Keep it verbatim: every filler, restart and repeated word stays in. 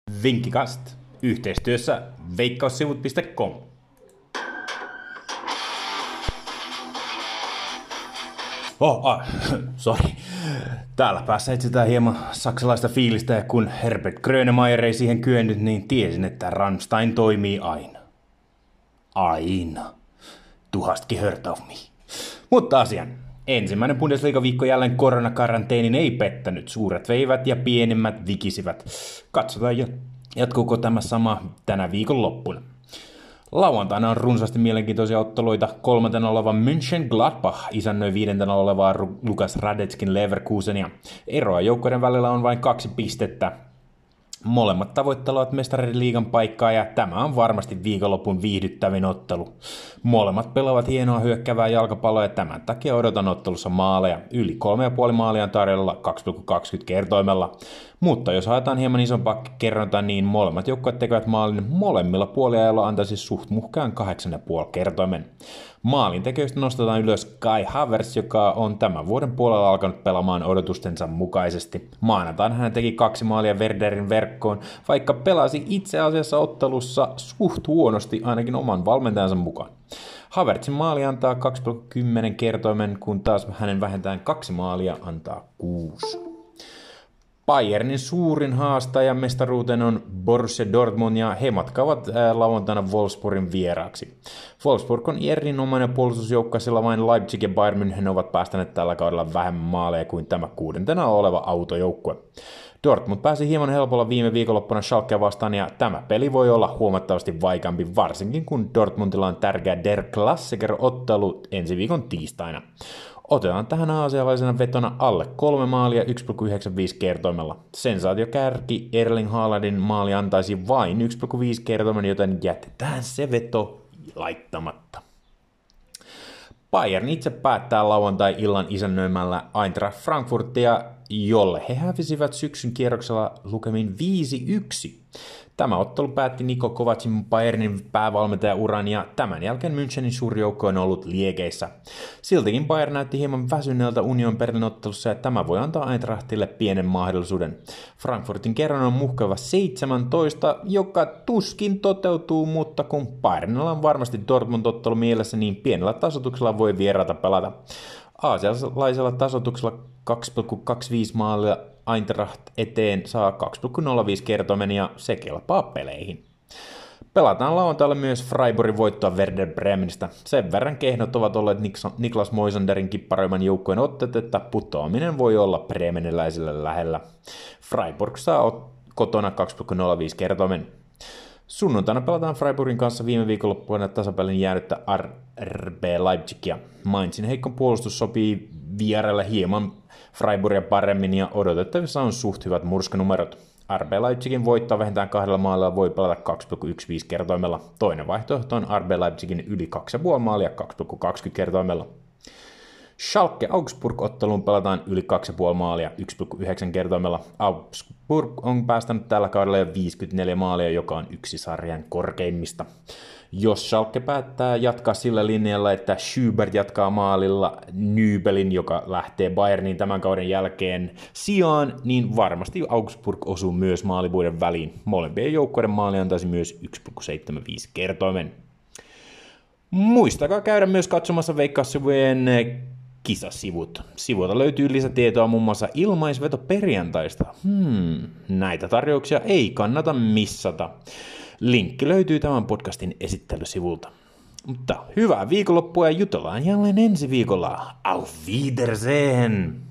Vinkkikast yhteistyössä veikkaussivut piste com. Oh, ah, sorry. Täällä päässä etsitään hieman saksalaista fiilistä, ja kun Herbert Grönemeyer ei siihen kyennyt, niin tiesin, että Rammstein toimii aina. Aina. Du hast gehört auf mich. Mutta asian. Ensimmäinen Bundesliga-viikko jälleen koronakaranteenin ei pettänyt. Suuret veivät ja pienimmät vikisivät. Katsotaan, jatkuuko tämä sama tänä viikon loppuna. Lauantaina on runsaasti mielenkiintoisia otteluita. Kolmantena oleva München Gladbach isännöi viidentenä olevaa Lukas Radetskin Leverkusenia. Eroa joukkoiden välillä on vain kaksi pistettä. Molemmat tavoittelevat mestarien liigan paikkaa, ja tämä on varmasti viikonlopun viihdyttävin ottelu. Molemmat pelaavat hienoa hyökkäävää jalkapalloa, ja tämän takia odotan ottelussa maaleja. Yli kolme pilkku viisi maalia on tarjolla kaksi pilkku kaksikymmentä kertoimella. Mutta jos haetaan hieman isompaa kerrontaa, niin molemmat joukkueet tekevät maalin molemmilla puoliajalla antaisi suht muhkään kahdeksan pilkku viisi kertoimen. Maalintekijöistä nostetaan ylös Kai Havertz, joka on tämän vuoden puolella alkanut pelaamaan odotustensa mukaisesti. Maanantaina hän teki kaksi maalia Werderin verkkoon, vaikka pelasi itse asiassa ottelussa suht huonosti ainakin oman valmentajansa mukaan. Havertzin maali antaa kaksi pilkku kymmenen kertoimen, kun taas hänen vähentään kaksi maalia antaa kuusi. Bayernin suurin haastaja mestaruuteen on Borussia Dortmund, ja he matkaavat lauantaina Wolfsburgin vieraaksi. Wolfsburg on erinomainen puolustusjoukko, sillä vain Leipzig ja Bayern München ovat päästäneet tällä kaudella vähemmän maaleja kuin tämä kuudentena oleva autojoukkue. Dortmund pääsi hieman helpolla viime viikonloppuna Schalkea vastaan, ja tämä peli voi olla huomattavasti vaikeampi, varsinkin kun Dortmundilla on tärkeä Der Klassiker-ottelu ensi viikon tiistaina. Otetaan tähän aasialaisena vetona alle kolme maalia yksi pilkku yhdeksänkymmentäviisi kertoimella. Sensaatiokärki Erling Haalandin maali antaisi vain yksi pilkku viisi kertoimen, joten jätetään se veto laittamatta. Bayern itse päättää lauantai-illan isännöimällä Eintracht Frankfurtia, jolle he hävisivät syksyn kierroksella lukemin viisi yksi. Tämä ottelu päätti Niko Kovacin Bayernin päävalmentajauran, ja tämän jälkeen Münchenin suuri joukko on ollut liekeissä. Siltikin Bayern näytti hieman väsyneeltä Union Berlin ottelussa, ja tämä voi antaa Eintrachtille pienen mahdollisuuden. Frankfurtin kerran on muhkava seitsemäntoista, joka tuskin toteutuu, mutta kun Bayernilla on varmasti Dortmund-ottelu mielessä, niin pienellä tasoituksella voi vieraata pelata. Aasialaisella tasoituksella kaksi pilkku kaksikymmentäviisi maalia Eintracht eteen saa kaksi pilkku nolla viisi kertoimen, ja se kelpaa peleihin. Pelataan lauantaille myös Freiburgin voittoa Werder Bremenistä. Sen verran kehnot ovat olleet Niklas Moisanderin kipparoiman joukkueen otteet, että putoaminen voi olla bremeniläisille lähellä. Freiburg saa kotona kaksi pilkku nolla viisi kertoimen. Sunnuntaina pelataan Freiburgin kanssa viime viikonloppuina tasapelin jäädyttä R B Leipzigia. Mainzin heikko puolustus sopii vieraille hieman Freiburgia paremmin, ja odotettavissa on suht hyvät murskanumerot. R B Leipzigin voittaa vähintään kahdella maalilla voi pelata kaksi pilkku yksitoista kertoimella. Toinen vaihtoehto on R B Leipzigin yli kaksi pilkku viisi maalia kaksi pilkku kaksikymmentä kertoimella. Schalke Augsburg-otteluun pelataan yli kaksi pilkku viisi maalia yksi pilkku yhdeksän kertoimella. Augsburg on päästänyt tällä kaudella jo viisikymmentäneljä maalia, joka on yksi sarjan korkeimmista. Jos Schalke päättää jatkaa sillä linjalla, että Schubert jatkaa maalilla Nübelin, joka lähtee Bayerniin tämän kauden jälkeen sijaan, niin varmasti Augsburg osuu myös maalipuiden väliin. Molempien joukkueiden maali antaisi myös yksi pilkku seitsemänkymmentäviisi kertoimen. Muistakaa käydä myös katsomassa Veikkaussivujen kisasivut. Sivuilta löytyy lisätietoa muun muassa ilmaisveto perjantaista. Hmm, näitä tarjouksia ei kannata missata. Linkki löytyy tämän podcastin esittelysivulta. Mutta hyvää viikonloppua, ja jutellaan jälleen ensi viikolla. Auf Wiedersehen!